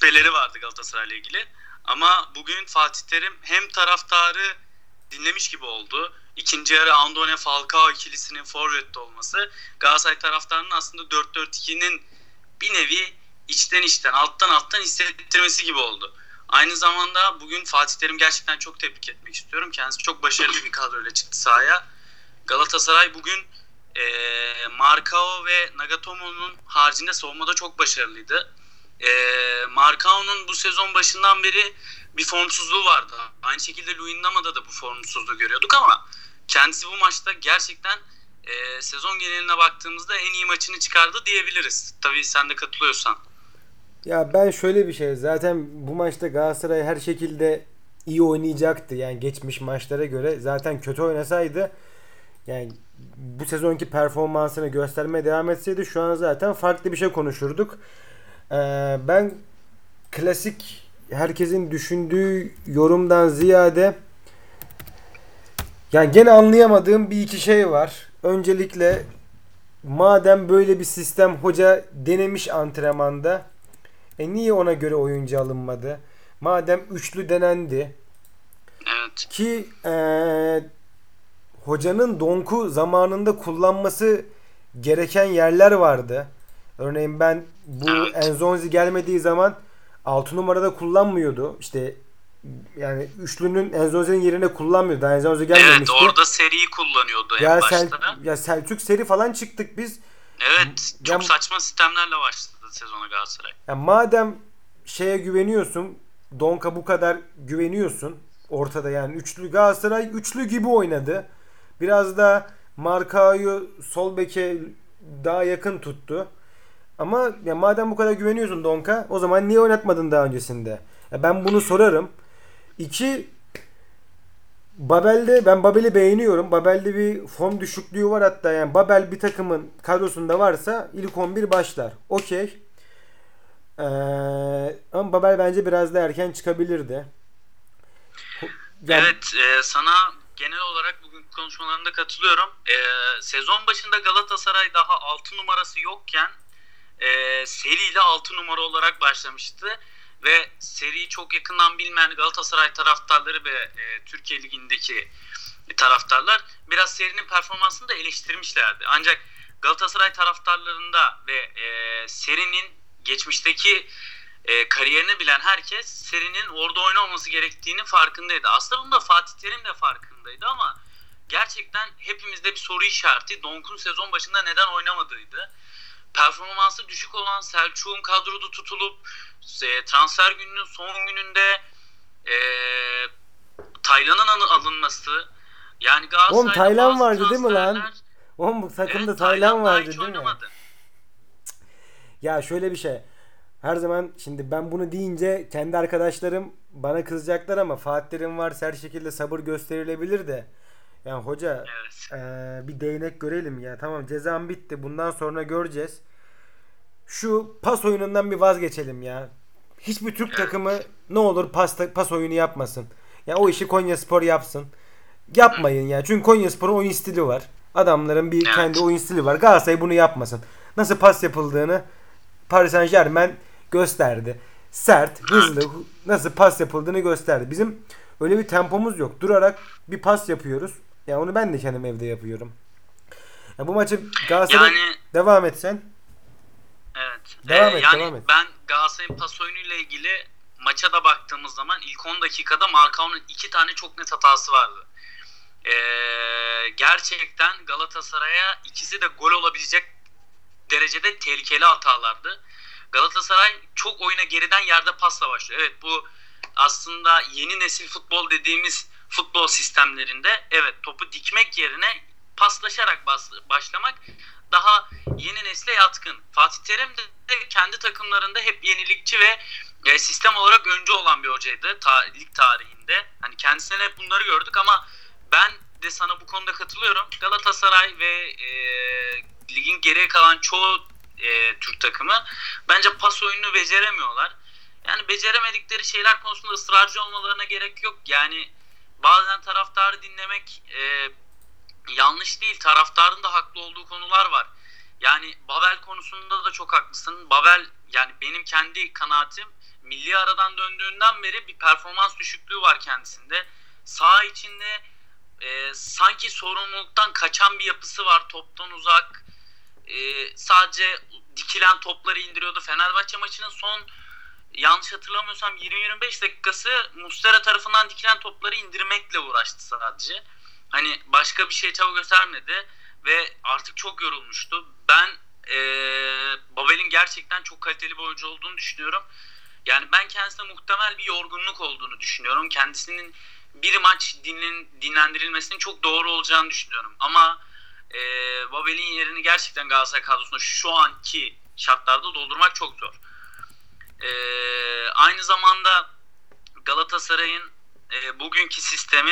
şüpheleri vardı Galatasaray'la ilgili. Ama bugün Fatih Terim hem taraftarı dinlemiş gibi oldu. İkinci yarı Andone Falcao ikilisinin forvette olması Galatasaray taraftarının aslında 4-4-2'nin bir nevi içten alttan hissettirmesi gibi oldu. Aynı zamanda bugün Fatih Terim gerçekten çok tebrik etmek istiyorum. Kendisi çok başarılı bir kadroyla çıktı sahaya. Galatasaray bugün Marcao ve Nagatomo'nun haricinde savunmada çok başarılıydı. Marcao'nun bu sezon başından beri bir formsuzluğu vardı. Aynı şekilde Luyendama'da da bu formsuzluğu görüyorduk ama kendisi bu maçta gerçekten sezon geneline baktığımızda en iyi maçını çıkardı diyebiliriz. Tabii sen de katılıyorsan. Ya ben şöyle bir şey, zaten bu maçta Galatasaray her şekilde iyi oynayacaktı. Yani geçmiş maçlara göre zaten kötü oynasaydı, yani bu sezonki performansını göstermeye devam etseydi şu an zaten farklı bir şey konuşurduk. Ben klasik herkesin düşündüğü yorumdan ziyade yani gene anlayamadığım bir iki şey var. Öncelikle, madem böyle bir sistem hoca denemiş antrenmanda, niye ona göre oyuncu alınmadı? Madem üçlü denendi Evet. ki hocanın Donk'u zamanında kullanması gereken yerler vardı. Örneğin ben bu Evet. Enzonzi gelmediği zaman 6 numarada kullanmıyordu. İşte yani üçlünün Enzonzi'nin yerine kullanmıyordu. Daha Enzonzi Evet, gelmemişti. orada seriyi kullanıyordu en Ya başta. ya Selçuk seri falan çıktık biz. Evet, çok Ya, saçma sistemlerle başladı sezona Galatasaray. ya madem şeye güveniyorsun, Donk'a bu kadar güveniyorsun, ortada yani üçlü Galatasaray üçlü gibi oynadı. Biraz da Markao'yu sol beke daha yakın tuttu. Ama ya madem bu kadar güveniyorsun Donk'a, o zaman niye oynatmadın daha öncesinde? Ya ben bunu sorarım. İki, ben Babel'i beğeniyorum. Babel'de bir form düşüklüğü var hatta, yani Babel bir takımın kadrosunda varsa ilk 11 başlar. Okey. Ama Babel bence biraz da erken çıkabilirdi. Yani Evet, sana genel olarak bugün konuşmalarında katılıyorum. Sezon başında Galatasaray daha 6 numarası yokken seriyle 6 numara olarak başlamıştı. Ve seriyi çok yakından bilmeyen Galatasaray taraftarları ve Türkiye Ligi'ndeki taraftarlar biraz serinin performansını da eleştirmişlerdi. Ancak Galatasaray taraftarlarında ve serinin geçmişteki kariyerini bilen herkes serinin orada oynamaması gerektiğini farkındaydı. Aslında bunda Fatih Terim de farkındaydı ama gerçekten hepimizde bir soru işareti Donk'un sezon başında neden oynamadığıydı. Performansı düşük olan Selçuk'un kadroda tutulup transfer gününün son gününde e, Taylan'ın alınması, yani oğlum Galatasaray'da Taylan bazı vardı değil mi lan? transferler, Oğlum bu takımda evet, Taylan Taylan daha vardı hiç değil mi? oynamadı. Ya şöyle bir şey. Her zaman şimdi ben bunu deyince kendi arkadaşlarım bana kızacaklar ama Fatih Terim varsa her şekilde sabır gösterilebilir de. Yani hoca, Evet. bir değnek görelim ya. Tamam, cezam bitti. Bundan sonra göreceğiz. Şu pas oyunundan bir vazgeçelim ya. Hiçbir Türk takımı Evet. ne olur pas oyunu yapmasın. Ya o işi Konyaspor yapsın. Yapmayın ya. Çünkü Konyaspor'un oyun stili var. Adamların bir kendi Evet. oyun stili var. Galatasaray bunu yapmasın. Nasıl pas yapıldığını Paris Saint-Germain gösterdi. Sert, hızlı, Evet. nasıl pas yapıldığını gösterdi. Bizim öyle bir tempomuz yok. Durarak bir pas yapıyoruz. Ya onu ben de kendim evde yapıyorum. Ya bu maçı Galatasaray Yani devam etsen. evet. Devam et, Yani devam et. ben Galatasaray'ın pas oyunuyla ilgili maça da baktığımız zaman ilk 10 dakikada Marcao'nun 2 tane çok net hatası vardı. Gerçekten Galatasaray'a ikisi de gol olabilecek derecede tehlikeli hatalardı. Galatasaray çok oyuna geriden yerde pasla başlıyor. Evet, bu aslında yeni nesil futbol dediğimiz futbol sistemlerinde evet topu dikmek yerine paslaşarak başlamak daha yeni nesle yatkın. Fatih Terim de kendi takımlarında hep yenilikçi ve sistem olarak öncü olan bir hocaydı lig tarihinde. Hani kendisinden hep bunları gördük ama ben de sana bu konuda katılıyorum. Galatasaray ve ligin geriye kalan çoğu Türk takımı bence pas oyununu beceremiyorlar. Yani beceremedikleri şeyler konusunda ısrarcı olmalarına gerek yok. Yani bazen taraftarı dinlemek yanlış değil. Taraftarın da haklı olduğu konular var. Yani Babel konusunda da çok haklısın. Babel, yani benim kendi kanaatim, milli aradan döndüğünden beri bir performans düşüklüğü var kendisinde. Saha içinde sanki sorumluluktan kaçan bir yapısı var. Toptan uzak. Sadece dikilen topları indiriyordu. Fenerbahçe maçının son, yanlış hatırlamıyorsam 20-25 dakikası Muslera tarafından dikilen topları indirmekle uğraştı sadece. Hani başka bir şey çaba göstermedi ve artık çok yorulmuştu. Ben Babel'in gerçekten çok kaliteli bir oyuncu olduğunu düşünüyorum. Yani ben kendisine muhtemel bir yorgunluk olduğunu düşünüyorum. Kendisinin bir maç dinlendirilmesinin çok doğru olacağını düşünüyorum. Ama Babel'in yerini gerçekten Galatasaray kadrosunda şu anki şartlarda doldurmak çok zor. Aynı zamanda Galatasaray'ın bugünkü sistemi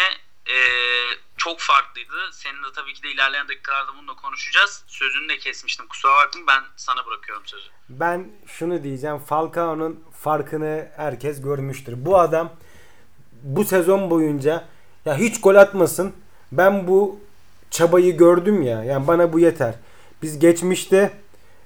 çok farklıydı. Senin de tabii ki de ilerleyen dakikalarda bunu da konuşacağız. Sözünü de kesmiştim. Kusura bakma, ben sana bırakıyorum sözü. Ben şunu diyeceğim. Falcao'nun farkını herkes görmüştür. Bu adam bu sezon boyunca ya hiç gol atmasın. Ben bu çabayı gördüm ya. Yani bana bu yeter. Biz geçmişte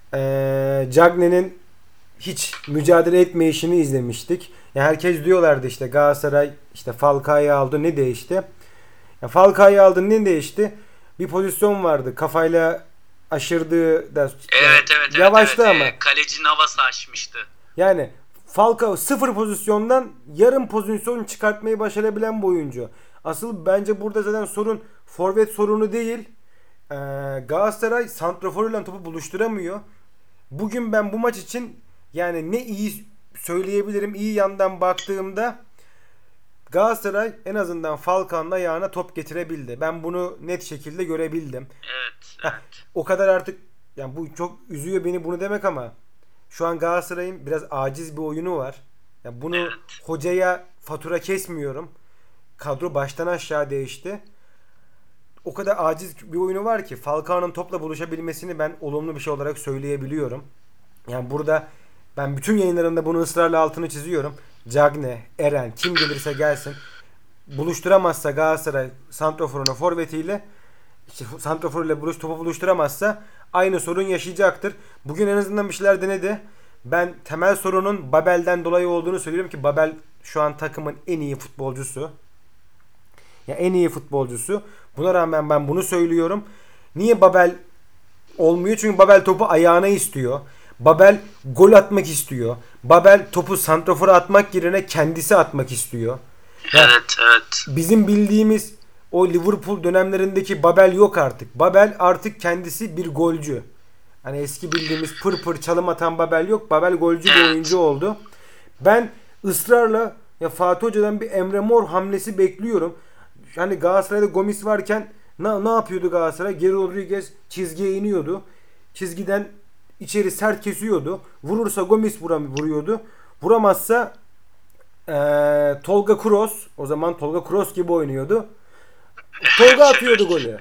Cagney'in hiç mücadele etme işini izlemiştik. Ya herkes diyorlardı işte Galatasaray işte Falcao'yu aldı, ne değişti? Ya Falcao'yu aldı, ne değişti? Bir pozisyon vardı. Kafayla aşırdığı da Evet, yavaştı evet. ama. Kaleci Navas'ı açmıştı. Yani Falcao sıfır pozisyondan yarım pozisyon çıkartmayı başarabilen bir oyuncu. Asıl bence burada zaten sorun forvet sorunu değil. Galatasaray santraforuyla topu buluşturamıyor. Bugün ben bu maç için yani ne iyi söyleyebilirim, iyi yandan baktığımda Galatasaray en azından Falcao'nun ayağına top getirebildi. Ben bunu net şekilde görebildim. Evet. O kadar artık yani bu çok üzüyor beni bunu demek ama şu an Galatasaray'ın biraz aciz bir oyunu var. Yani bunu hocaya fatura kesmiyorum. Kadro baştan aşağı değişti. O kadar aciz bir oyunu var ki Falcao'nun topla buluşabilmesini ben olumlu bir şey olarak söyleyebiliyorum. Yani burada ben bütün yayınlarımda bunu ısrarla altını çiziyorum. Cagney, Eren kim gelirse gelsin buluşturamazsa Galatasaray santraforuna forvetiyle işte santraforuyla topu buluşturamazsa aynı sorun yaşayacaktır. Bugün en azından bir şeyler denedi. Ben temel sorunun Babel'den dolayı olduğunu söylüyorum ki Babel şu an takımın en iyi futbolcusu. Ya en iyi futbolcusu. Buna rağmen ben bunu söylüyorum. Niye Babel olmuyor? Çünkü Babel topu ayağına istiyor. Babel gol atmak istiyor. Babel topu santrafora atmak yerine kendisi atmak istiyor. Ya Evet. bizim bildiğimiz o Liverpool dönemlerindeki Babel yok artık. Babel artık kendisi bir golcü. Hani eski bildiğimiz pır çalım atan Babel yok. Babel golcü bir oyuncu oldu. Ben ısrarla ya Fatih Hoca'dan bir Emre Mor hamlesi bekliyorum. Hani Galatasaray'da Gomis varken ne yapıyordu Galatasaray? Geri Rodriguez çizgiye iniyordu. Çizgiden içeri sert kesiyordu. Vurursa Gomis vuruyordu. Vuramazsa Tolga Kroos, o zaman Tolga Kroos gibi oynuyordu. Tolga atıyordu golü.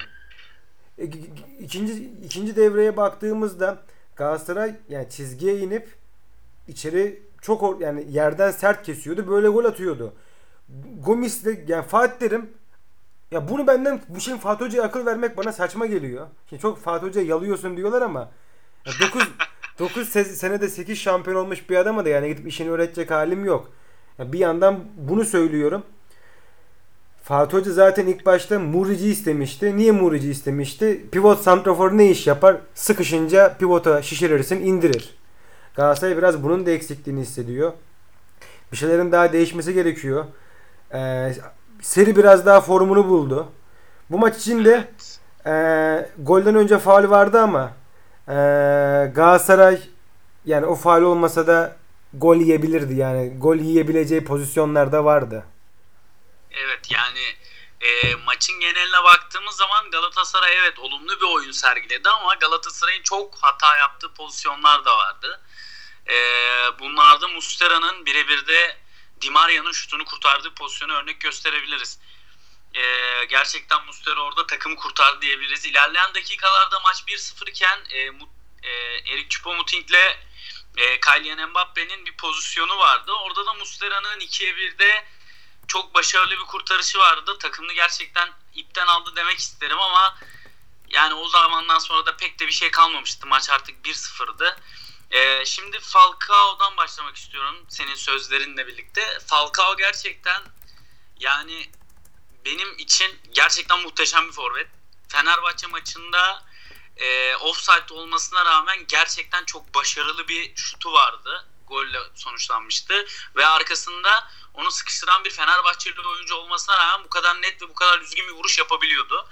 İkinci devreye baktığımızda Galatasaray yani çizgiye inip içeri çok yani yerden sert kesiyordu. Böyle gol atıyordu. Gomis'le yani Fatih Terim ya bunu benden bu şeyin Fatih Hoca'ya akıl vermek bana saçma geliyor. Şimdi çok Fatih Hoca'ya yalıyorsun diyorlar ama 9 senede 8 şampiyon olmuş bir adama da yani gidip işini öğretecek halim yok. Ya bir yandan bunu söylüyorum. Fatih Hoca zaten ilk başta Murici istemişti. Niye Murici istemişti? Pivot santrafor ne iş yapar? Sıkışınca pivota şişirirsin, indirir. Galatasaray biraz bunun da eksikliğini hissediyor. Bir şeylerin daha değişmesi gerekiyor. Seri biraz daha formunu buldu. Bu maç için de golden önce faul vardı ama Galatasaray yani o faul olmasa da gol yiyebilirdi. Yani gol yiyebileceği pozisyonlarda vardı. Evet yani maçın geneline baktığımız zaman Galatasaray evet olumlu bir oyun sergiledi ama Galatasaray'ın çok hata yaptığı pozisyonlar da vardı. Bunlarda Muslera'nın birebir de Di Maria'nın şutunu kurtardığı pozisyonu örnek gösterebiliriz. Gerçekten Muslera orada takımı kurtardı diyebiliriz. İlerleyen dakikalarda maç 1-0 iken Eric Choupo-Moting ile Kylian Mbappe'nin bir pozisyonu vardı. Orada da Muslera'nın 2'ye 1'de çok başarılı bir kurtarışı vardı. Takımını gerçekten ipten aldı demek isterim ama yani o zamandan sonra da pek de bir şey kalmamıştı. Maç artık 1-0'dı. Şimdi Falcao'dan başlamak istiyorum senin sözlerinle birlikte. Falcao gerçekten yani benim için gerçekten muhteşem bir forvet. Fenerbahçe maçında offside olmasına rağmen gerçekten çok başarılı bir şutu vardı. Golle sonuçlanmıştı. Ve arkasında onu sıkıştıran bir Fenerbahçeli oyuncu olmasına rağmen bu kadar net ve bu kadar düzgün bir vuruş yapabiliyordu.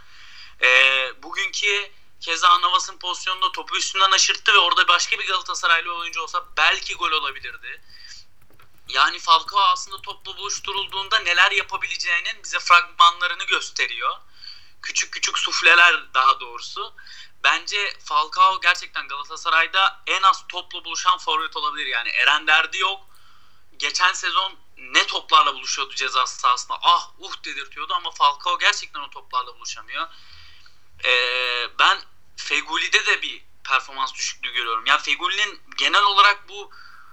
Bugünkü keza Navas'ın pozisyonunda topu üstünden aşırttı ve orada başka bir Galatasaraylı oyuncu olsa belki gol olabilirdi. Yani Falcao aslında topla buluşturulduğunda neler yapabileceğinin bize fragmanlarını gösteriyor. Küçük küçük sufleler daha doğrusu. Bence Falcao gerçekten Galatasaray'da en az topla buluşan forvet olabilir. Yani Eren derdi yok. Geçen sezon ne toplarla buluşuyordu ceza sahasında. Dedirtiyordu ama Falcao gerçekten o toplarla buluşamıyor. Ben Feghoulli'de de bir performans düşüklüğü görüyorum. Yani Feghoulli'nin genel olarak bu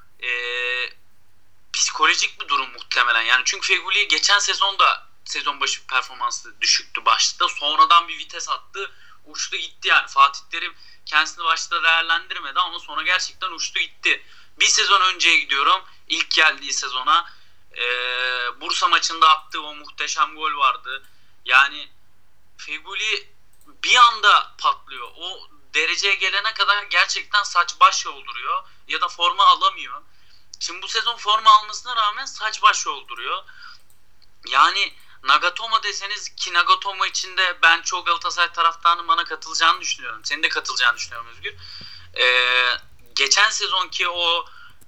psikolojik bir durum muhtemelen. Yani çünkü Feghoulli geçen sezon başı performansı düşüktü başta. Sonradan bir vites attı. Uçtu gitti yani. Fatih Terim kendisini başta değerlendirmedi ama sonra gerçekten uçtu gitti. Bir sezon önceye gidiyorum. İlk geldiği sezona. Bursa maçında attığı o muhteşem gol vardı. Yani Feghoulli bir anda patlıyor. O dereceye gelene kadar gerçekten saç baş yolduruyor. Ya da forma alamıyor. Şimdi bu sezon forma almasına rağmen saç baş yolduruyor. Yani Nagatomo deseniz ki Nagatomo için de ben çoğu Galatasaray taraftarının bana katılacağını düşünüyorum. Senin de katılacağını düşünüyorum Özgür. Geçen sezonki o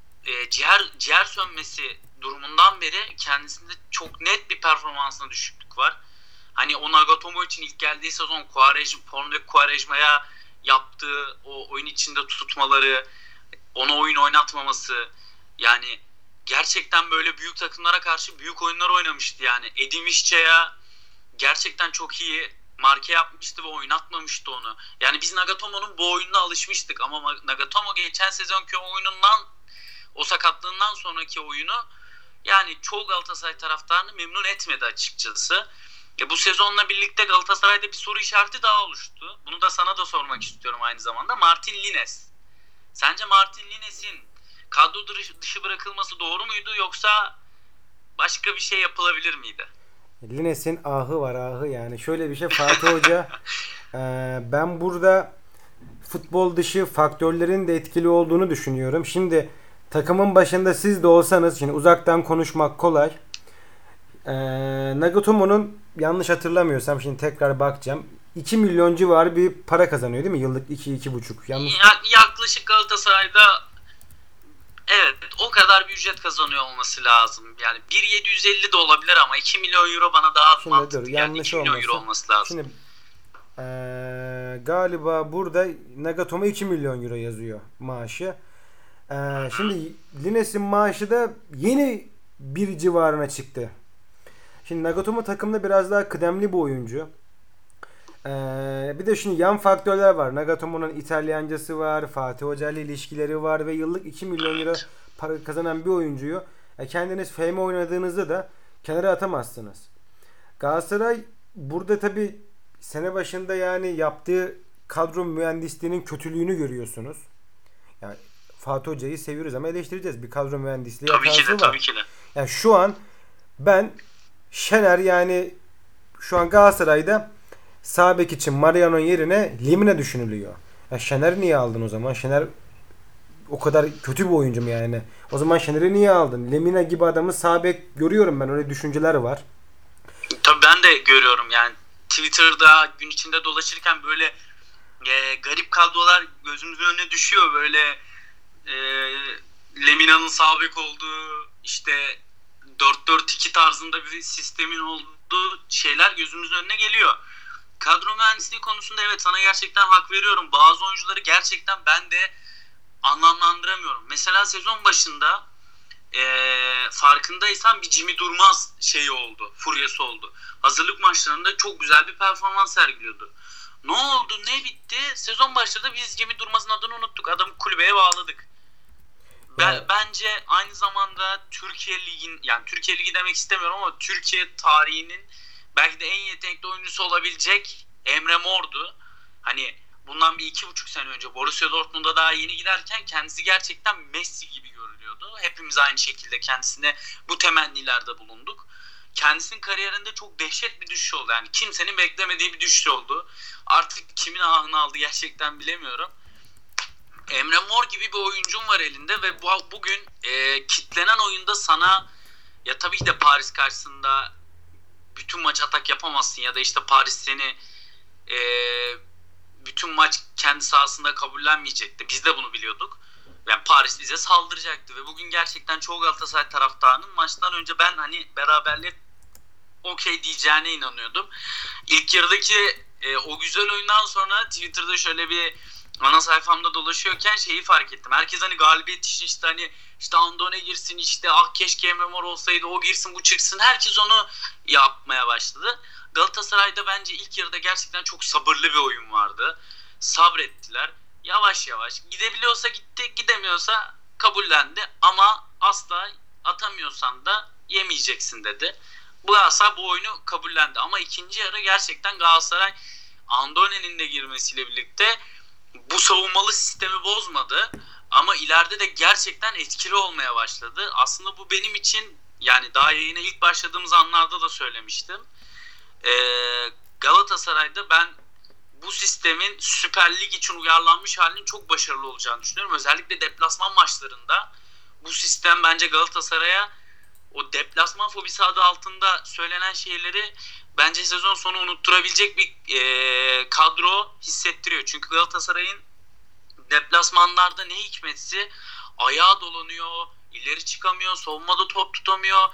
ciğer sönmesi durumundan beri kendisinde çok net bir performansına düşüklük var. Hani o Nagatomo için ilk geldiği sezon Quaresma'ya yaptığı o oyun içinde tutmaları, ona oyun oynatmaması, yani gerçekten böyle büyük takımlara karşı büyük oyunlar oynamıştı yani. Edin Visca'ya gerçekten çok iyi marke yapmıştı ve oynatmamıştı onu. Yani biz Nagatomo'nun bu oyununa alışmıştık ama Nagatomo geçen sezonki oyunundan, o sakatlığından sonraki oyunu yani çoğu Galatasaray taraftarını memnun etmedi açıkçası. Bu sezonla birlikte Galatasaray'da bir soru işareti daha oluştu. Bunu da sana da sormak istiyorum aynı zamanda. Martin Lines. Sence Martin Lines'in kadro dışı bırakılması doğru muydu yoksa başka bir şey yapılabilir miydi? Lines'in ahı var ahı yani. Şöyle bir şey Fatih Hoca ben burada futbol dışı faktörlerin de etkili olduğunu düşünüyorum. Şimdi takımın başında siz de olsanız, şimdi uzaktan konuşmak kolay. Nagatomo'nun yanlış hatırlamıyorsam şimdi tekrar bakacağım. 2 milyon civarı bir para kazanıyor değil mi? Yıllık 2-2,5. Yanlış. Yaklaşık Galatasaray'da evet o kadar bir ücret kazanıyor olması lazım. Yani 1.750 de olabilir ama 2 milyon euro bana daha Şimdi mantıklı. dur, Yani yanlış 2 milyon euro olmasın. olması lazım. Şimdi galiba burada Nagatomo 2 milyon euro yazıyor maaşı. Şimdi Lines'in maaşı da yeni bir civarına çıktı. Şimdi Nagatomo takımda biraz daha kıdemli bir oyuncu. Bir de şimdi yan faktörler var. Nagatomo'nun İtalyancası var, Fatih Hoca ile ilişkileri var ve yıllık 2 milyon euro para kazanan bir oyuncuyu kendiniz FM oynadığınızda da kenara atamazsınız. Galatasaray burada tabi sene başında yani yaptığı kadro mühendisliğinin kötülüğünü görüyorsunuz. Yani Fatih Hoca'yı seviyoruz ama eleştireceğiz. Bir kadro mühendisliği hatası var. Tabii ki de. Yani şu an ben Şener, yani şu an Galatasaray'da sağ bek için Mariano'nun yerine Lemina düşünülüyor. Ya Şener niye aldın o zaman? Şener o kadar kötü bir oyuncu mu yani? O zaman Şener'i niye aldın? Lemina gibi adamı sağ bek görüyorum ben. Öyle düşünceler var. Tabii ben de görüyorum yani Twitter'da gün içinde dolaşırken böyle garip kadrolar gözümüzün önüne düşüyor. Böyle Lemina'nın sağ bek olduğu, işte 4-4-2 tarzında bir sistemin olduğu şeyler gözümüzün önüne geliyor. Kadro mühendisliği konusunda evet sana gerçekten hak veriyorum. Bazı oyuncuları gerçekten ben de anlamlandıramıyorum. Mesela sezon başında farkındaysan bir Jimmy Durmaz şeyi oldu, furyası oldu. Hazırlık maçlarında çok güzel bir performans sergiliyordu. Ne oldu, ne bitti? Sezon başladı biz Jimmy Durmaz'ın adını unuttuk. Adamı kulübeye bağladık. Bence aynı zamanda Türkiye Ligi demek istemiyorum ama Türkiye tarihinin belki de en yetenekli oyuncusu olabilecek Emre Mor'du. Hani bundan bir 2,5 sene önce Borussia Dortmund'a daha yeni giderken kendisi gerçekten Messi gibi görülüyordu. Hepimiz aynı şekilde kendisine bu temennilerde bulunduk. Kendisinin kariyerinde çok dehşet bir düşüş oldu. Yani kimsenin beklemediği bir düşüş oldu. Artık kimin ahını aldı gerçekten bilemiyorum. Emre Mor gibi bir oyuncum var elinde ve bugün kitlenen oyunda sana, ya tabii ki de Paris karşısında bütün maç atak yapamazsın ya da işte Paris seni e, bütün maç kendi sahasında kabullenmeyecekti. Biz de bunu biliyorduk. Yani Paris bize saldıracaktı ve bugün gerçekten çoğu Galatasaray taraftarının maçtan önce ben hani beraberliğe okey diyeceğine inanıyordum. İlk yarıdaki o güzel oyundan sonra Twitter'da şöyle bir ana sayfamda dolaşıyorken şeyi fark ettim. Herkes hani galibiyet için işte Andone girsin, işte keşke Emre Mor olsaydı, o girsin bu çıksın. Herkes onu yapmaya başladı. Galatasaray'da bence ilk yarıda gerçekten çok sabırlı bir oyun vardı. Sabrettiler. Yavaş yavaş. Gidebiliyorsa gitti, gidemiyorsa kabullendi. Ama asla atamıyorsan da yemeyeceksin dedi. Bu Galatasaray bu oyunu kabullendi. Ama ikinci yarı gerçekten Galatasaray Andone'nin de girmesiyle birlikte bu savunmalı sistemi bozmadı. Ama ileride de gerçekten etkili olmaya başladı. Aslında bu benim için, yani daha yayına ilk başladığımız anlarda da söylemiştim. Galatasaray'da ben bu sistemin Süper Lig için uyarlanmış halinin çok başarılı olacağını düşünüyorum. Özellikle deplasman maçlarında bu sistem bence Galatasaray'a o deplasman fobisi adı altında söylenen şeyleri bence sezon sonu unutturabilecek bir kadro hissettiriyor. Çünkü Galatasaray'ın deplasmanlarda ne hikmetse ayağa dolanıyor, ileri çıkamıyor, savunmada top tutamıyor.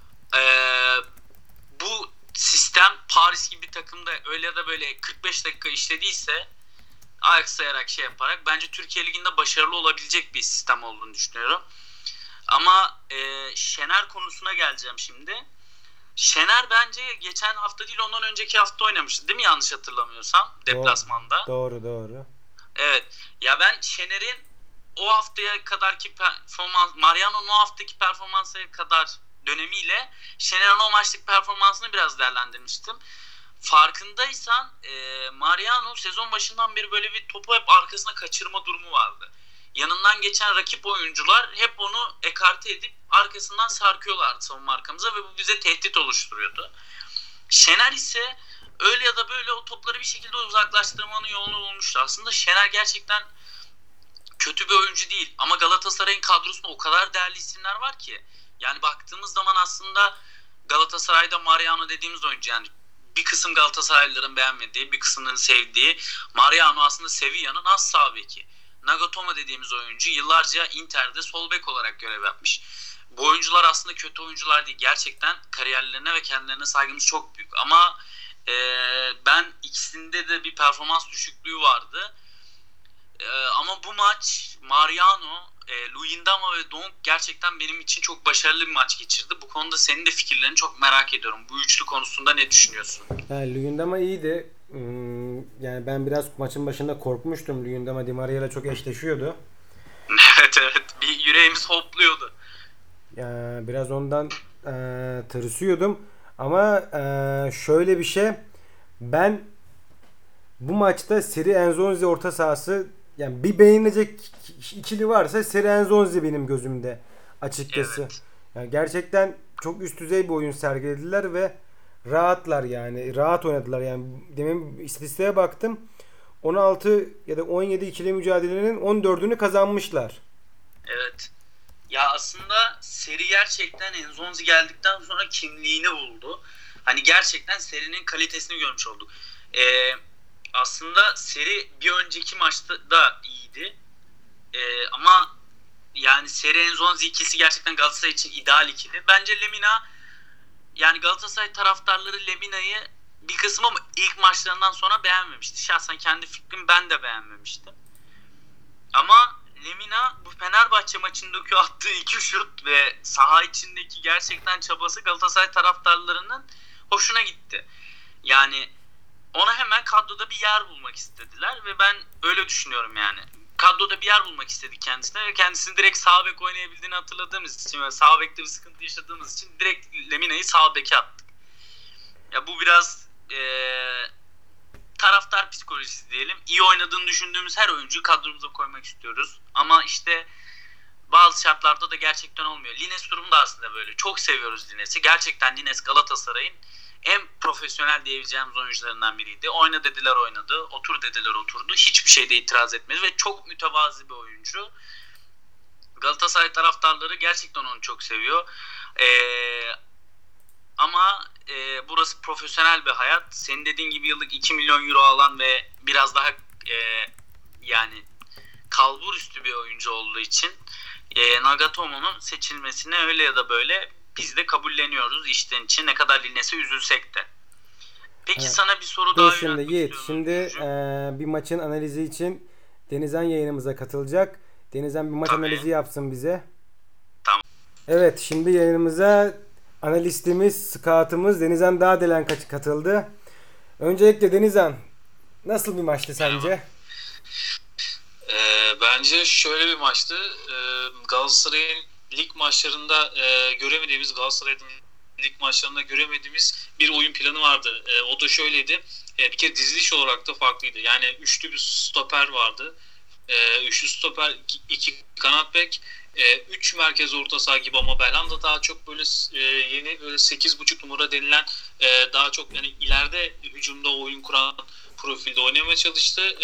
Bu sistem Paris gibi bir takımda öyle ya da böyle 45 dakika işlediyse, ayaksayarak şey yaparak bence Türkiye Ligi'nde başarılı olabilecek bir sistem olduğunu düşünüyorum. Ama Şener konusuna geleceğim şimdi. Şener bence geçen hafta değil ondan önceki hafta oynamıştı değil mi, yanlış hatırlamıyorsam, deplasmanda. Doğru. Evet. Ya ben Şener'in o haftaya kadarki performans, Mariano'nun o haftaki performansa kadar dönemiyle Şener'in o maçlık performansını biraz değerlendirmiştim. Farkındaysan Mariano sezon başından beri böyle bir topu hep arkasına kaçırma durumu vardı. Yanından geçen rakip oyuncular hep onu ekarte edip arkasından sarkıyorlardı savunma arkamıza ve bu bize tehdit oluşturuyordu. Şener ise öyle ya da böyle o topları bir şekilde uzaklaştırmanın yolunu bulmuştu. Aslında Şener gerçekten kötü bir oyuncu değil ama Galatasaray'ın kadrosunda o kadar değerli isimler var ki. Yani baktığımız zaman aslında Galatasaray'da Mariano dediğimiz oyuncu, yani bir kısım Galatasaraylıların beğenmediği, bir kısmının sevdiği Mariano aslında Sevilla'nın az sağ beki. Nagatomo dediğimiz oyuncu yıllarca Inter'de sol bek olarak görev yapmış. Bu oyuncular aslında kötü oyuncular değil. Gerçekten kariyerlerine ve kendilerine saygımız çok büyük. Ama ben ikisinde de bir performans düşüklüğü vardı. Ama bu maç Mariano, Luyendama ve Donk gerçekten benim için çok başarılı bir maç geçirdi. Bu konuda senin de fikirlerini çok merak ediyorum. Bu üçlü konusunda ne düşünüyorsun? Yani Luyendama iyiydi. Yani ben biraz maçın başında korkmuştum. Luyendama Di Maria ile çok eşleşiyordu. Evet. Bir yüreğimiz hopluyordu. Yani biraz ondan tırsıyordum. Ama şöyle bir şey. Ben bu maçta Seri Enzonzi orta sahası, yani bir beğenilecek ikili varsa Seri Enzonzi benim gözümde açıkçası. Evet. Yani gerçekten çok üst düzey bir oyun sergilediler ve rahatlar, yani rahat oynadılar. Yani demin istatistiğe baktım. 16 ya da 17 ikili mücadelenin 14'ünü kazanmışlar. Evet. Ya aslında Seri gerçekten Enzonzi geldikten sonra kimliğini buldu. Hani gerçekten Seri'nin kalitesini görmüş olduk. Aslında Seri bir önceki maçta da iyiydi. Ama yani Seri Enzonzi ikilisi gerçekten Galatasaray için ideal ikili. Bence Lemina, yani Galatasaray taraftarları Lemina'yı bir kısmı ilk maçlarından sonra beğenmemişti. Şahsen kendi fikrim, ben de beğenmemiştim. Ama Lemina bu Fenerbahçe maçındaki attığı iki şut ve saha içindeki gerçekten çabası Galatasaray taraftarlarının hoşuna gitti. Yani ona hemen kadroda bir yer bulmak istediler ve ben öyle düşünüyorum yani. Kadroda bir yer bulmak istedik kendisine ve kendisini direkt sağ bek oynayabildiğini hatırladığımız için ve sağ bekte bir sıkıntı yaşadığımız için direkt Lemina'yı sağ beke attık. Ya bu biraz taraftar psikolojisi diyelim. İyi oynadığını düşündüğümüz her oyuncuyu kadromuza koymak istiyoruz. Ama işte bazı şartlarda da gerçekten olmuyor. Lines durumu da aslında böyle. Çok seviyoruz Lines'i. Gerçekten Lines Galatasaray'ın en profesyonel diyebileceğimiz oyuncularından biriydi. Oyna dediler oynadı. Otur dediler oturdu. Hiçbir şeyde itiraz etmedi ve çok mütevazi bir oyuncu. Galatasaray taraftarları gerçekten onu çok seviyor. Ama burası profesyonel bir hayat. Senin dediğin gibi yıllık 2 milyon euro alan ve biraz daha yani kalbur üstü bir oyuncu olduğu için Nagatomo'nun seçilmesine öyle ya da böyle biz de kabulleniyoruz işten için, ne kadar Lines'e üzülsek de. Peki Evet. sana bir soru Dur daha şimdi yöneltmek Yiğit. istiyorum. Şimdi bir maçın analizi için Denizhan yayınımıza katılacak. Denizhan bir maç Tabii. analizi yapsın bize. Tamam. Evet, şimdi yayınımıza analistimiz, scout'ımız Denizhan Dağdelen katıldı. Öncelikle Denizhan, nasıl bir maçtı sence? Bence şöyle bir maçtı. Galatasaray'ın lig maçlarında göremediğimiz, Galatasaray'ın lig maçlarında göremediğimiz bir oyun planı vardı. O da şöyleydi. Bir kere diziliş olarak da farklıydı. Yani üçlü bir stoper vardı. Üçlü stoper, iki kanat bek, 3 merkez orta saha gibi, ama Belhanda daha çok böyle yeni böyle 8,5 numara denilen daha çok yani ileride hücumda oyun kuran profilde oynamaya çalıştı.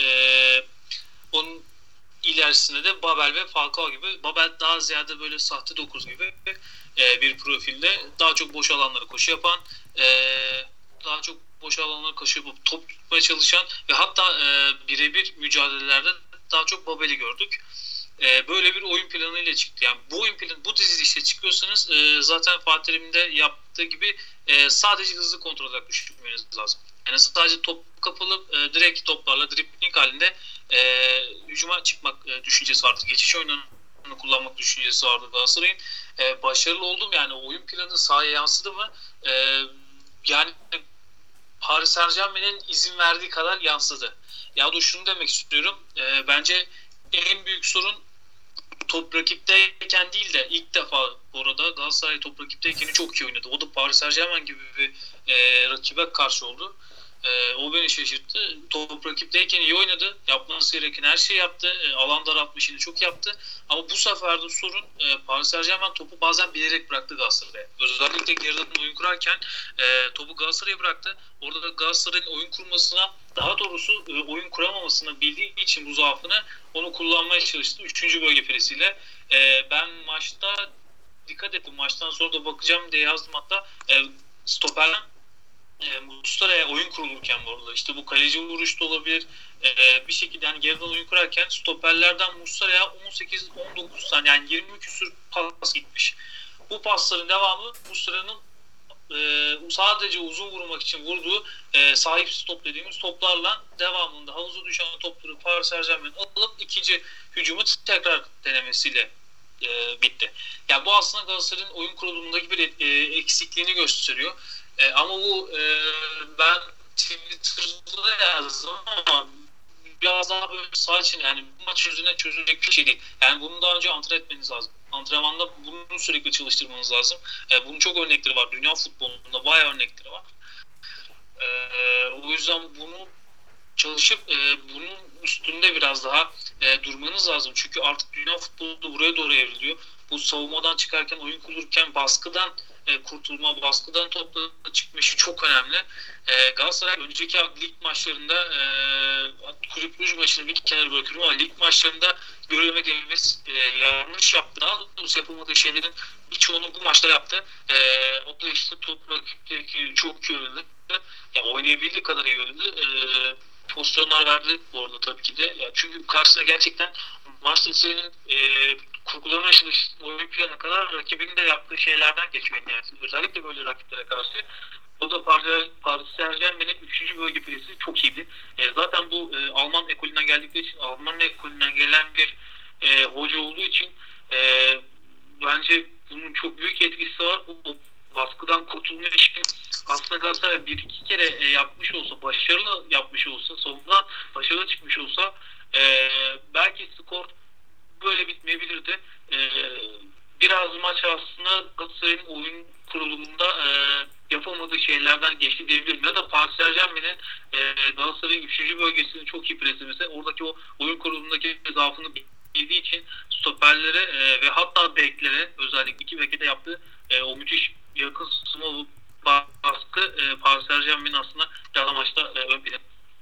Onun ilerisinde de Babel ve Falcao gibi. Babel daha ziyade böyle sahte 9 gibi bir profilde. Daha çok boş alanları koşu yapan, daha çok boş alanları koşu yapıp top tutmaya çalışan ve hatta birebir mücadelelerde daha çok Babel'i gördük. Böyle bir oyun planıyla çıktı. Yani bu oyun planı, bu dizilişle çıkıyorsanız zaten Fatih Terim'in de yaptığı gibi sadece hızlı kontrol olarak düşünmeniz lazım. Yani sadece top kapılıp direkt toplarla dribbling halinde hücuma çıkmak düşüncesi vardı. Geçiş oyununu kullanmak düşüncesi vardı Galatasaray'ın. Başarılı oldum, yani oyun planı sahaya yansıdı mı? Yani Paris Saint-Germain'in izin verdiği kadar yansıdı. Ya da şunu demek istiyorum. Bence en büyük sorun top rakipteyken değil de ilk defa orada Galatasaray top rakipteyken çok iyi oynadı. O da Paris Saint-Germain gibi bir rakibe karşı oldu. O beni şaşırttı. Top rakipteyken iyi oynadı. Yapması gereken her şeyi yaptı. Alan daraltma işini çok yaptı. Ama bu sefer de sorun Paris Saint-Germain topu bazen bilerek bıraktı Galatasaray'a. Özellikle geriden oyun kurarken topu Galatasaray'a bıraktı. Orada da Galatasaray'ın oyun kurmasına, daha doğrusu oyun kuramamasını bildiği için bu zaafını onu kullanmaya çalıştı. 3. bölge presiyle. Ben maçta dikkat ettim. Maçtan sonra da bakacağım diye yazdım hatta. Stoperden Muslera'ya oyun kurulurken bu arada işte bu kaleci vuruş da olabilir, bir şekilde yani geriden oyun kurarken stoperlerden Muslera'ya 18-19 saniye yani 20 küsur pas gitmiş. Bu pasların devamı Muslera'nın sadece uzun vurmak için vurduğu sahipsiz top dediğimiz toplarla devamında havuza düşen topları Paris Saint-Germain alıp ikinci hücumu tekrar denemesiyle bitti. Yani bu aslında Galatasaray'ın oyun kurulumundaki bir eksikliğini gösteriyor. Ama bu ben Twitter'da yazdım ama biraz daha böyle saha için, yani bu maç yüzüne çözülecek bir şey değil. Yani bunu daha önce antrenman etmeniz lazım. Antrenmanda bunu sürekli çalıştırmanız lazım. Bunun çok örnekleri var. Dünya futbolunda bayağı örnekleri var. O yüzden bunu çalışıp bunun üstünde biraz daha durmanız lazım. Çünkü artık dünya futbolu da buraya doğru evriliyor. Bu savunmadan çıkarken, oyun kururken baskıdan kurtulma, baskıdan topla çıkma işi çok önemli. Galatasaray önceki lig maçlarında Kulüp Brugge maçını bir kenara bırakıyorum ama lig maçlarında göremediğimiz yanlış yaptı. Daha doğrusu yapılmadığı şeylerin birçoğunu bu maçta yaptı. O da işte top rakipteki çok iyi oynadı. Yani oynayabildiği kadar iyi oynadı. Pozisyonlar verdi bu arada tabii ki de. Yani çünkü karşısına gerçekten Marseille'nin kurgulamaya çalıştığı oyun planına kadar rakibinin de yaptığı şeylerden geçmek lazım. Özellikle böyle rakiplere karşı. O da Paris Saint-Germain'in 3. bölge presi çok iyiydi. Zaten bu Alman ekolünden geldikleri için, Alman ekolünden gelen bir hoca olduğu için bence bunun çok büyük etkisi var. O baskıdan kurtulma için aslında Galatasaray bir iki kere yapmış olsa, başarılı yapmış olsa, sonunda başarılı çıkmış olsa belki skor böyle bitmeyebilirdi. Biraz maç aslında Galatasaray'ın oyun kurulumunda yapamadığı şeylerden geçti diyebilirim. Ya da Paris Saint-Germain'in Galatasaray'ın 3. bölgesini çok iyi preslemesi, oradaki o oyun kurulumundaki zaafını bildiği için stoperlere ve hatta beklere, özellikle iki beke de yaptığı o müthiş yakın small baskı Paris Saint-Germain'in aslında biraz amaçta ön plana.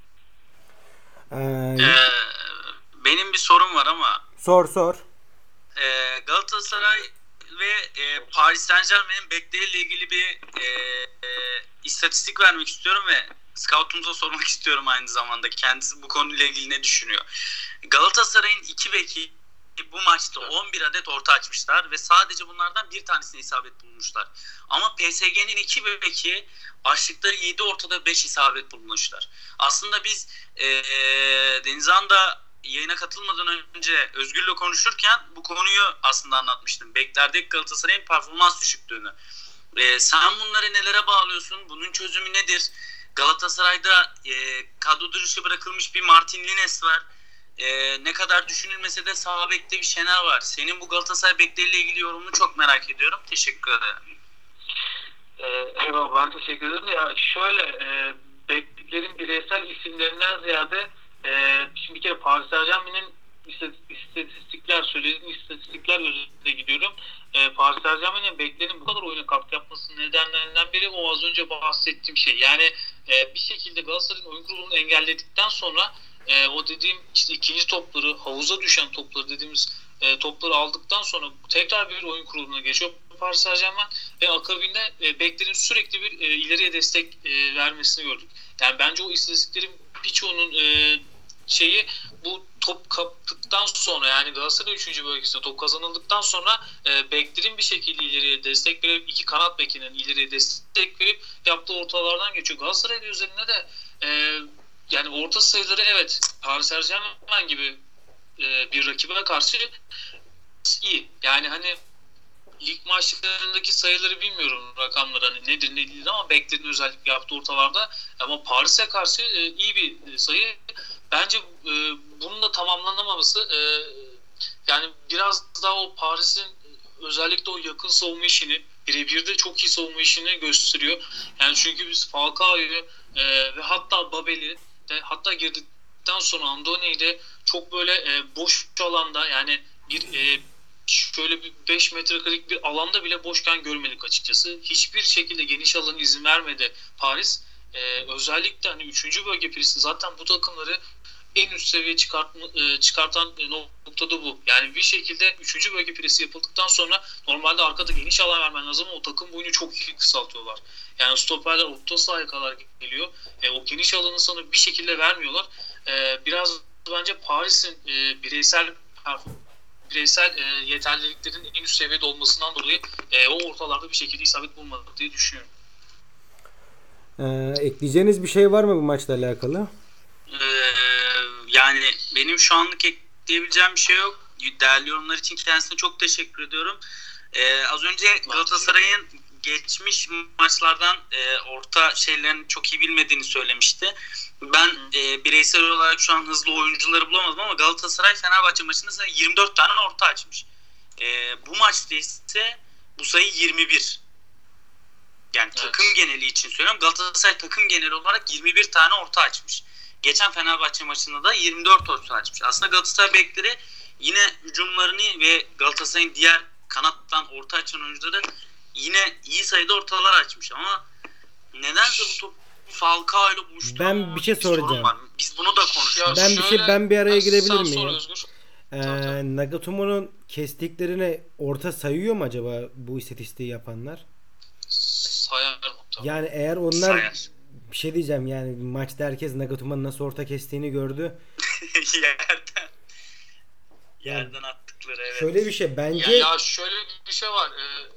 Benim bir sorum var ama Sor. Galatasaray ve Paris Saint-Germain'in bekleriyle ilgili bir istatistik vermek istiyorum ve scout'umuza sormak istiyorum aynı zamanda. Kendisi bu konuyla ilgili ne düşünüyor? Galatasaray'ın 2 beki bu maçta 11 adet orta açmışlar ve sadece bunlardan bir tanesine isabet bulmuşlar. Ama PSG'nin 2 beki açtıkları 7 ortada 5 isabet bulmuşlar. Aslında biz Denizhan'da yayına katılmadan önce Özgür'le konuşurken bu konuyu aslında anlatmıştım. Beklerdeki Galatasaray'ın performans düşüklüğünü. Sen bunları nelere bağlıyorsun? Bunun çözümü nedir? Galatasaray'da kadro dışı bırakılmış bir Martin Lines var. Ne kadar düşünülmese de sağ bekte bir Şener var. Senin bu Galatasaray bekleriyle ilgili yorumunu çok merak ediyorum. Teşekkür ederim. Eyvallah, ben teşekkür ederim. Ya şöyle, beklerin bireysel isimlerinden ziyade şimdi bir kere Paris Saint-Germain'in söylediğim istatistikler üzerinde gidiyorum. Paris Saint-Germain'in beklerin bu kadar oyuna katkı yapmasının nedenlerinden biri o az önce bahsettiğim şey. Yani bir şekilde Galatasaray'ın oyun kurulumunu engelledikten sonra o dediğim işte ikinci topları, havuza düşen topları dediğimiz topları aldıktan sonra tekrar bir oyun kurulumuna geçiyor Paris Saint-Germain ve akabinde beklerin sürekli bir ileriye destek vermesini gördük. Yani bence o istatistiklerin birçoğunun şeyi bu top kaptıktan sonra, yani Galatasaray 3. bölgesinde top kazanıldıktan sonra beklerin bir şekilde ileriye destek verip iki kanat bekinin ileriye destek verip yaptığı ortalardan geçiyor. Galatasaray'ın üzerinde de yani orta sayıları evet Paris Saint-Germain gibi bir rakibe karşı iyi. Yani hani lig maçlarındaki sayıları bilmiyorum, rakamları hani nedir ne değildir, ama beklerin özellikle yaptığı ortalarda, ama Paris'e karşı iyi bir sayı. Bence bunun da tamamlanamaması yani biraz daha o Paris'in özellikle o yakın savunma işini, birebir de çok iyi savunma işini gösteriyor. Yani çünkü biz Falcao'yu ve hatta Babel'i de, hatta girdikten sonra Andoni'yi de çok böyle boş alanda, yani bir şöyle bir 5 metrekarelik bir alanda bile boşken görmedik açıkçası. Hiçbir şekilde geniş alana izin vermedi Paris. Özellikle hani 3. bölge presi zaten bu takımları en üst seviyeye çıkartan noktada bu. Yani bir şekilde 3. bölge presi yapıldıktan sonra normalde arkada geniş alan vermen lazım ama o takım boyunu çok iyi kısaltıyorlar. Yani stoperler orta sahaya kadar geliyor. O geniş alanı sana bir şekilde vermiyorlar. Biraz bence Paris'in bireysel yeterliliklerin en üst seviyede olmasından dolayı o ortalarda bir şekilde isabet bulmadı diye düşünüyorum. Ekleyeceğiniz bir şey var mı bu maçla alakalı? Yani benim şu anlık ekleyebileceğim bir şey yok. Değerli yorumlar için kendisine çok teşekkür ediyorum. Az önce Galatasaray'ın geçmiş maçlardan orta şeylerini çok iyi bilmediğini söylemişti. Ben bireysel olarak şu an hızlı oyuncuları bulamadım ama Galatasaray Fenerbahçe maçında 24 tane orta açmış. Bu maçta ise bu sayı 21. Yani takım geneli için söylüyorum. Galatasaray takım geneli olarak 21 tane orta açmış. Geçen Fenerbahçe maçında da 24 orta açmış. Aslında Galatasaray bekleri yine hücumlarını ve Galatasaray'ın diğer kanattan orta açan oyuncuları yine iyi sayıda ortalar açmış ama nedense bu top Falcao ile buluştu. Ben bir şey soracağım. Biz bunu da konuşuyoruz. Ben bir araya girebilir miyim? Nagatomo'nun kestiklerini orta sayıyor mu acaba bu istatistiği yapanlar? Sayar. Yani eğer onlar bir şey diyeceğim, yani maçta herkes Nagatomo'nun nasıl orta kestiğini gördü. Yerden attıkları, evet. Şöyle bir şey bence. Ya şöyle bir şey var.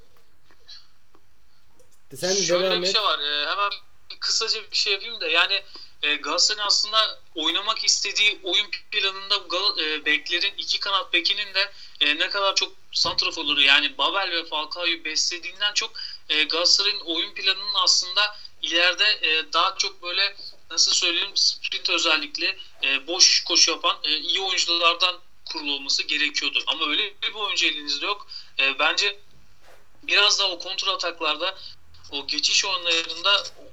Sen şöyle bir şey var. Hemen kısaca bir şey yapayım da, yani Galatasaray'ın aslında oynamak istediği oyun planında beklerin, iki kanat bekinin de ne kadar çok santraforları, yani Babel ve Falcao'yu beslediğinden çok Galatasaray'ın oyun planının aslında ileride daha çok böyle, nasıl söyleyeyim, sprint özellikle boş koşu yapan iyi oyunculardan kurulu olması gerekiyordu. Ama öyle bir oyuncu elinizde yok. Bence biraz daha o kontra ataklarda, o geçiş oyunlarında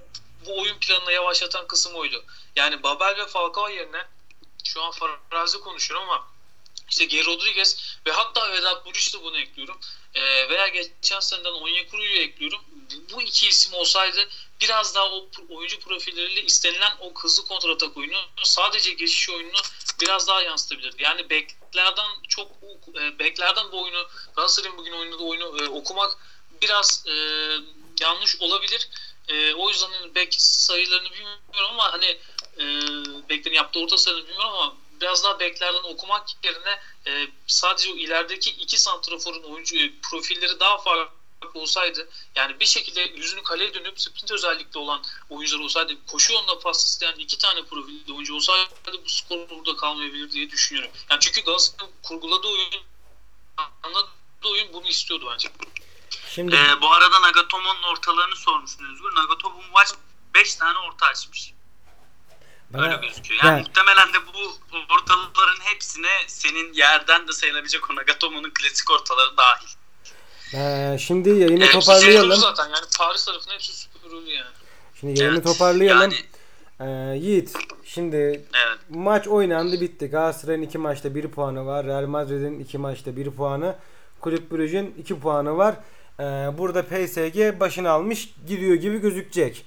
bu oyun planını yavaşlatan kısım oydu. Yani Babel ve Falcao yerine şu an farazi konuşuyorum ama işte Geri Rodriguez ve hatta Vedat Muriç'i de bunu ekliyorum. Veya geçen seneden Onyekuru'yu ekliyorum. Bu iki isim olsaydı biraz daha o oyuncu profilleriyle istenilen o hızlı kontratak oyunu, sadece geçiş oyununu biraz daha yansıtabilirdi. Yani beklerden bu oyunu, Galatasaray'ın bugün oynadığı oyunu okumak biraz yanlış olabilir. O yüzden bek sayılarını bilmiyorum ama hani beklerin yaptığı orta sayılarını bilmiyorum ama biraz daha beklerden okumak yerine sadece o ilerideki iki santraforun oyuncu profilleri daha farklı olsaydı, yani bir şekilde yüzünü kaleye dönüp sprint özellikle olan oyuncular olsaydı, koşu yolunda pas isteyen iki tane profilli oyuncu olsaydı bu skor burada kalmayabilir diye düşünüyorum. Yani çünkü Galatasaray'ın kurguladığı oyun, anladığı oyun bunu istiyordu bence. Şimdi bu arada Nagatomo'nun ortalarını sormuşsun Özgür. Nagatomo bu maç 5 tane orta açmış. Öyle gözüküyor. Yani muhtemelen de bu ortaların hepsine senin yerden de sayılabilecek o Nagatomo'nun klasik ortaları dahil. Şimdi yayını toparlayalım. Zaten yani Paris tarafının hepsi süper yani. Şimdi yayını toparlayalım. Yiğit, şimdi maç oynandı, bitti. Galatasaray'ın 2 maçta 1 puanı var. Real Madrid'in 2 maçta 1 puanı. Kulüp Brugge'ün 2 puanı var. Burada PSG başını almış gidiyor gibi gözükecek.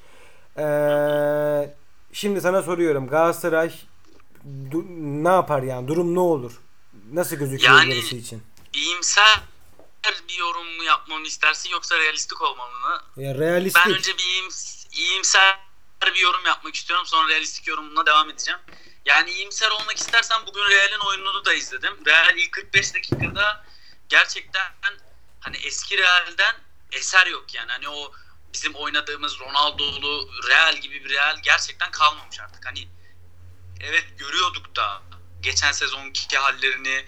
Şimdi sana soruyorum. Galatasaray ne yapar yani? Durum ne olur? Nasıl gözüküyor gerisi için? İyimser bir yorum mu yapmamı istersin yoksa realistik olmamı mı? Ya realistik. Ben önce bir iyimser bir yorum yapmak istiyorum. Sonra realistik yorumuna devam edeceğim. Yani iyimser olmak istersen bugün Real'in oyununu da izledim. Real ilk 45 dakikada gerçekten hani eski Real'den eser yok yani. Hani o bizim oynadığımız Ronaldo'lu Real gibi bir Real gerçekten kalmamış artık. Hani evet, görüyorduk da geçen sezonki hallerini,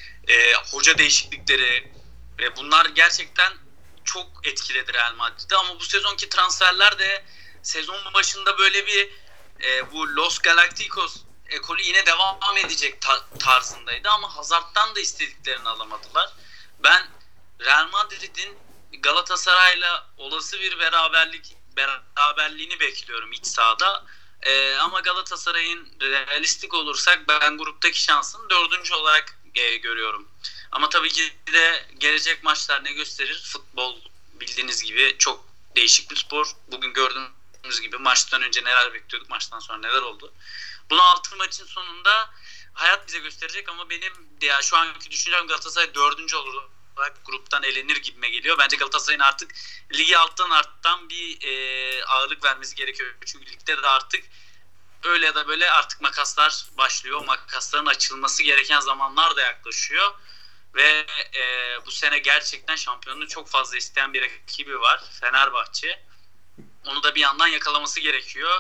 hoca değişiklikleri, bunlar gerçekten çok etkiledi Real Madrid'i. Ama bu sezonki transferler de sezon başında böyle bir bu Los Galacticos ekolü yine devam edecek tarzındaydı ama Hazard'dan da istediklerini alamadılar. Ben Real Madrid'in Galatasaray'la olası bir beraberliğini bekliyorum iç sahada. Ama Galatasaray'ın realistik olursak ben gruptaki şansını 4. olarak görüyorum. Ama tabii ki de gelecek maçlar ne gösterir? Futbol bildiğiniz gibi çok değişik bir spor. Bugün gördüğümüz gibi maçtan önce neler bekliyorduk, maçtan sonra neler oldu. Bunu 6 maçın sonunda hayat bize gösterecek ama benim ya şu anki düşüncem Galatasaray 4. olur. Gruptan elenir gibime geliyor. Bence Galatasaray'ın artık ligi alttan bir ağırlık vermesi gerekiyor. Çünkü ligde de artık öyle ya da böyle artık makaslar başlıyor. Makasların açılması gereken zamanlar da yaklaşıyor. Ve bu sene gerçekten şampiyonluğu çok fazla isteyen bir rakibi var. Fenerbahçe. Onu da bir yandan yakalaması gerekiyor.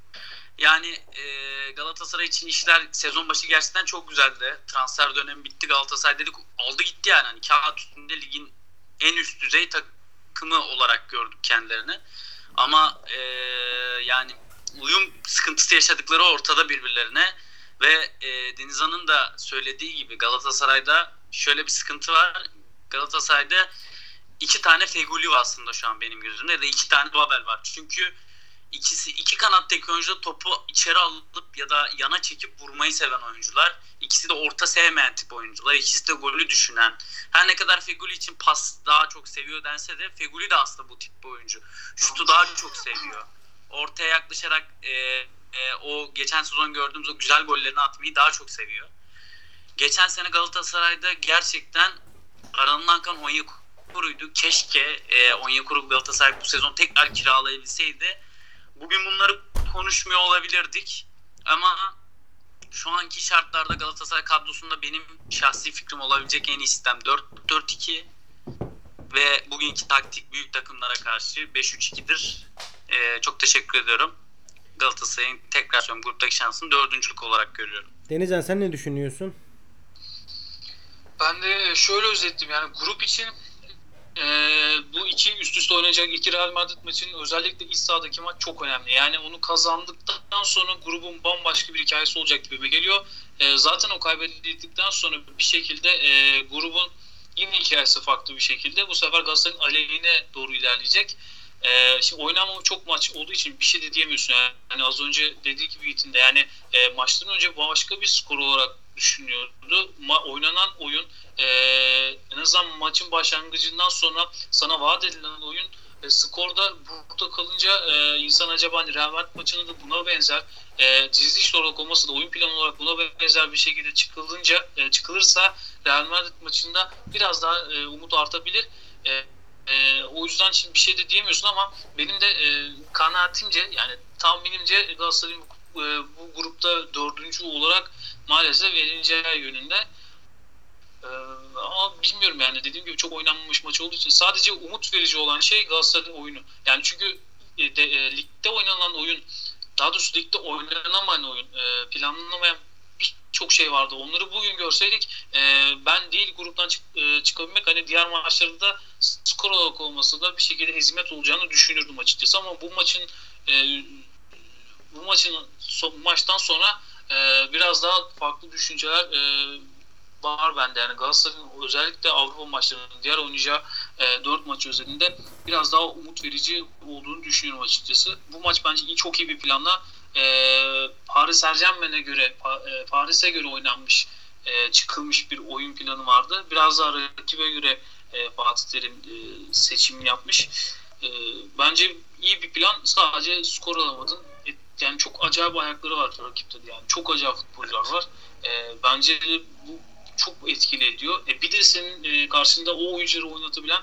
Yani Galatasaray için işler sezon başı gerçekten çok güzeldi. Transfer dönemi bitti. Galatasaray dedik aldı gitti yani. Hani kağıt üstünde ligin en üst düzey takımı olarak gördük kendilerini. Ama yani uyum sıkıntısı yaşadıkları ortada birbirlerine. Ve Denizhan'ın da söylediği gibi Galatasaray'da şöyle bir sıkıntı var. Galatasaray'da 2 tane Feguli var aslında şu an benim gözümde. Ya da 2 tane Babel var. Çünkü iki kanattaki oyuncu topu içeri alıp ya da yana çekip vurmayı seven oyuncular. İkisi de orta sevmeyen tip oyuncular. İkisi de golü düşünen. Her ne kadar Feguli için pas daha çok seviyor dense de Feguli de aslında bu tip bir oyuncu. Şutu daha çok seviyor. Ortaya yaklaşarak o geçen sezon gördüğümüz o güzel gollerini atmayı daha çok seviyor. Geçen sene Galatasaray'da gerçekten aranılan kan Onyekuru'ydu. Keşke Onyekuru Galatasaray bu sezon tekrar kiralayabilseydi. Bugün bunları konuşmuyor olabilirdik. Ama şu anki şartlarda Galatasaray kadrosunda benim şahsi fikrim olabilecek en iyi sistem 4-4-2 ve bugünkü taktik büyük takımlara karşı 5-3-2'dir. Çok teşekkür ediyorum. Galatasaray'ın tekrar gruptaki şansını 4. olarak görüyorum. Denizhan, sen ne düşünüyorsun? Ben de şöyle özetleyeyim, yani grup için bu iki üst üste oynayacak iki Real Madrid maçının özellikle iç sahadaki maç çok önemli. Yani onu kazandıktan sonra grubun bambaşka bir hikayesi olacak gibi geliyor. Zaten o kaybedildikten sonra bir şekilde grubun yine hikayesi farklı bir şekilde bu sefer Galatasaray'ın aleyhine doğru ilerleyecek. Şimdi oynanmamış çok maç olduğu için bir şey de diyemiyorsun. Yani az önce dediği gibi Yiğit'in de yani maçtan önce başka bir skor olarak düşünüyordu. Oynanan oyun en azından maçın başlangıcından sonra sana vaat edilen oyun skorda burada kalınca insan acaba hani Real Madrid maçında da buna benzer diziliş olarak olmasa da oyun planı olarak buna benzer bir şekilde çıkılırsa Real Madrid maçında biraz daha umut artabilir. O yüzden şimdi bir şey de diyemiyorsun ama benim de kanaatimce yani tahminimce Galatasaray'ın bu grupta 4. olarak maalesef verileceği yönünde. Ama bilmiyorum yani dediğim gibi çok oynanmamış maç olduğu için sadece umut verici olan şey Galatasaray'ın oyunu. Yani çünkü ligde oynanan oyun, daha doğrusu ligde oynanamayan oyun, planlanamayan birçok şey vardı. Onları bugün görseydik ben değil gruptan çıkabilmek hani diğer maçlarda skor olarak olmasa da bir şekilde hizmet olacağını düşünürdüm açıkçası ama maçtan sonra biraz daha farklı düşünceler var bende. Yani Galatasaray'ın özellikle Avrupa maçlarının diğer oynayacağı 4 maç özelinde biraz daha umut verici olduğunu düşünüyorum açıkçası. Bu maç bence çok iyi bir planla Paris Saint-Germain'e göre Paris'e göre oynanmış çıkılmış bir oyun planı vardı. Biraz daha rakibe göre Fatih Terim seçim yapmış. Bence iyi bir plan. Sadece skor alamadın. Yani çok acayip ayakları var rakipte. Yani çok acayip futbolcular var. Bence bu çok etkili ediyor. Bir de senin karşında o oyuncuları oynatabilen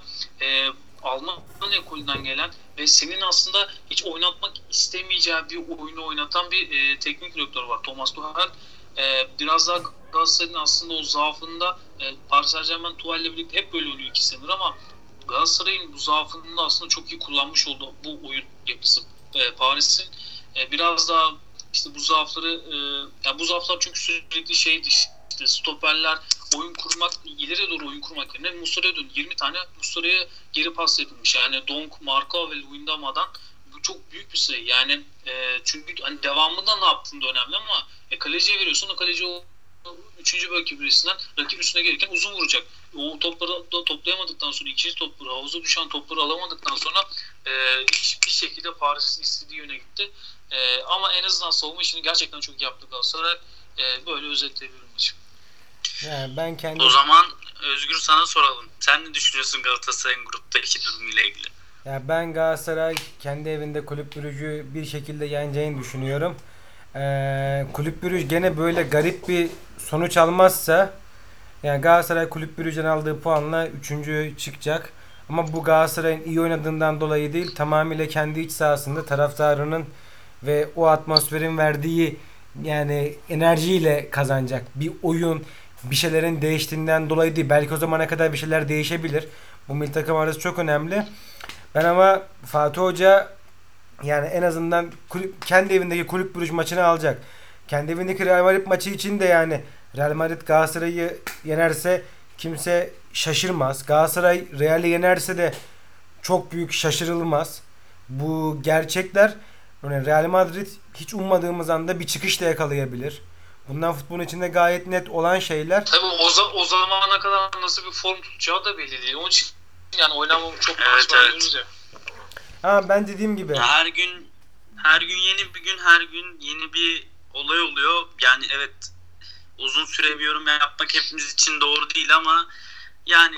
Alman ekolünden gelen ve senin aslında hiç oynatmak istemeyeceği bir oyunu oynatan bir teknik direktör var. Thomas Tuchel. Biraz daha Galatasaray'ın aslında o zaafında Paris Saint-Germain Tuchel'le birlikte hep böyle oluyor 2 senedir ama Galatasaray'ın bu zaafını da aslında çok iyi kullanmış oldu bu oyun yapısı Paris'in. Biraz daha işte bu zaafları yani bu zaaflar çünkü sürekli şeydi işte stoperler oyun kurmak, ileri doğru oyun kurmak yerine Muslera'ya dön. 20 tane Muslera'ya geri pas yapılmış. Yani Donk, Marka ve Luyendama'dan bu çok büyük bir sayı. Yani çünkü hani devamında ne yaptığın da önemli ama kaleciye veriyorsun. O kaleci o 3. bölge birisinden rakip üstüne gelirken uzun vuracak. O topları da toplayamadıktan sonra ikinci topları, havuza düşen topları alamadıktan sonra hiçbir şekilde Paris'in istediği yöne gitti. Ama en azından savunma işini gerçekten çok yaptı Galatasaray. Böyle özetleyebilirim maçı. Yani ben kendi... O zaman Özgür sana soralım. Sen ne düşünüyorsun Galatasaray'ın gruptaki durumuyla ilgili? Ya ben Galatasaray kendi evinde Kulüp Brugge'ü bir şekilde yeneceğini düşünüyorum. Kulüp Brugge gene böyle garip bir sonuç almazsa yani Galatasaray Kulüp Brugge'den aldığı puanla 3. çıkacak. Ama bu Galatasaray'ın iyi oynadığından dolayı değil, tamamıyla kendi iç sahasında taraftarının ve o atmosferin verdiği yani enerjiyle kazanacak. Bir oyun, bir şeylerin değiştiğinden dolayı değil. Belki o zamana kadar bir şeyler değişebilir. Bu milli takım arası çok önemli. Ben ama Fatih Hoca yani en azından kendi evindeki Kulüp Brugge maçını alacak. Kendi evindeki Real Madrid maçı için de yani Real Madrid Galatasaray'ı yenerse kimse şaşırmaz. Galatasaray Real'i yenerse de çok büyük şaşırılmaz. Bu gerçekler. Yani Real Madrid hiç ummadığımız anda bir çıkış da yakalayabilir. Bundan futbolun içinde gayet net olan şeyler. Tabii o zamana kadar nasıl bir form tutacağı da belli değil. Onun için yani oynamamı çok evet. Ya. Ha ben dediğim gibi. Her gün yeni bir gün, her gün yeni bir olay oluyor. Yani evet uzun süre bir yorum yapmak hepimiz için doğru değil ama yani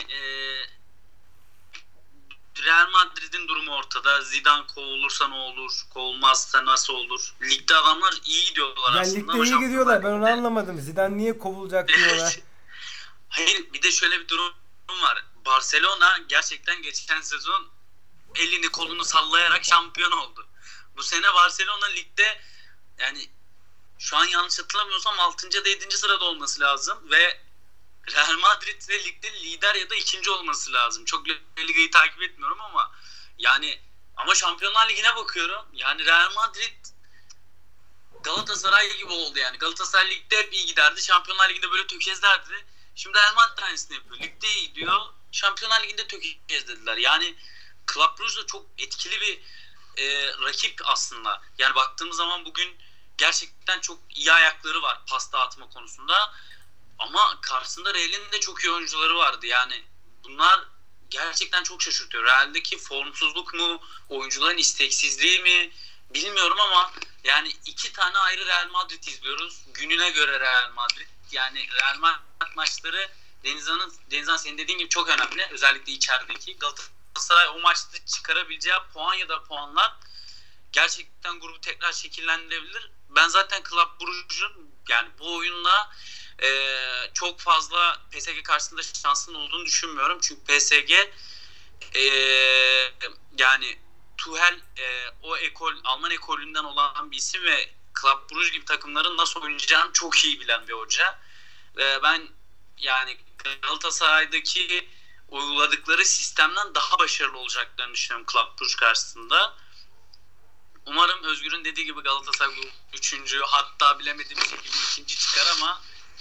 Real Madrid'in durumu ortada. Zidane kovulursa ne olur? Kovulmazsa nasıl olur? Ligde adamlar iyi gidiyorlar aslında. Ligde iyi gidiyorlar. Ben onu anlamadım. Zidane niye kovulacak diyorlar. Hayır bir de şöyle bir durum var. Barcelona gerçekten geçen sezon elini kolunu sallayarak şampiyon oldu. Bu sene Barcelona ligde yani şu an yanlış hatırlamıyorsam 6. ya da 7. sırada olması lazım ve Real Madrid de ligde lider ya da 2. olması lazım. Çok Liga'yı takip etmiyorum ama yani ama Şampiyonlar Ligi'ne bakıyorum. Yani Real Madrid Galatasaray gibi oldu yani. Galatasaray ligde hep iyi giderdi. Şampiyonlar Ligi'nde böyle tökezlerdi. Şimdi Real Madrid aynısını yapıyor. Ligde iyi gidiyor. Şampiyonlar Ligi'nde tökezlediler. Yani Club Brugge da çok etkili bir rakip aslında. Yani baktığımız zaman bugün gerçekten çok iyi ayakları var pasta atma konusunda. Ama karşısında Real'in de çok iyi oyuncuları vardı. Yani bunlar gerçekten çok şaşırtıyor. Real'deki formsuzluk mu, oyuncuların isteksizliği mi bilmiyorum ama yani iki tane ayrı Real Madrid izliyoruz. Gününe göre Real Madrid. Yani Real Madrid maçları Denizhan senin dediğin gibi çok önemli. Özellikle içerideki. Galatasaray o maçta çıkarabileceği puan ya da puanlar gerçekten grubu tekrar şekillendirebilir. Ben zaten Club Brugge'un yani bu oyunda çok fazla PSG karşısında şansının olduğunu düşünmüyorum. Çünkü PSG yani Tuchel o Alman ekolünden olan bir isim ve Club Brugge gibi takımların nasıl oynayacağını çok iyi bilen bir hoca. Ben yani Galatasaray'daki uyguladıkları sistemden daha başarılı olacaklarını düşünüyorum Club Brugge karşısında. Umarım Özgür'ün dediği gibi Galatasaray 3. hatta bilemediğimiz şekilde 2. çıkar ama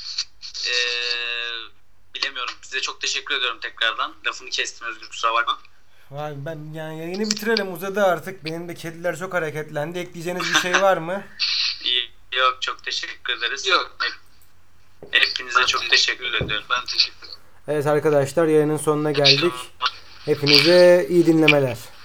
bilemiyorum. Size çok teşekkür ediyorum tekrardan. Lafını kestim Özgür, kusura bakma. Vay, ben yani yayını bitirelim, uzadı artık. Benim de kediler çok hareketlendi. Ekleyeceğiniz bir şey var mı? Yok, çok teşekkür ederiz. Yok. Hepinize çok teşekkür ediyorum. Ben teşekkür ederim. Evet arkadaşlar, yayının sonuna geldik. Hepinize iyi dinlemeler.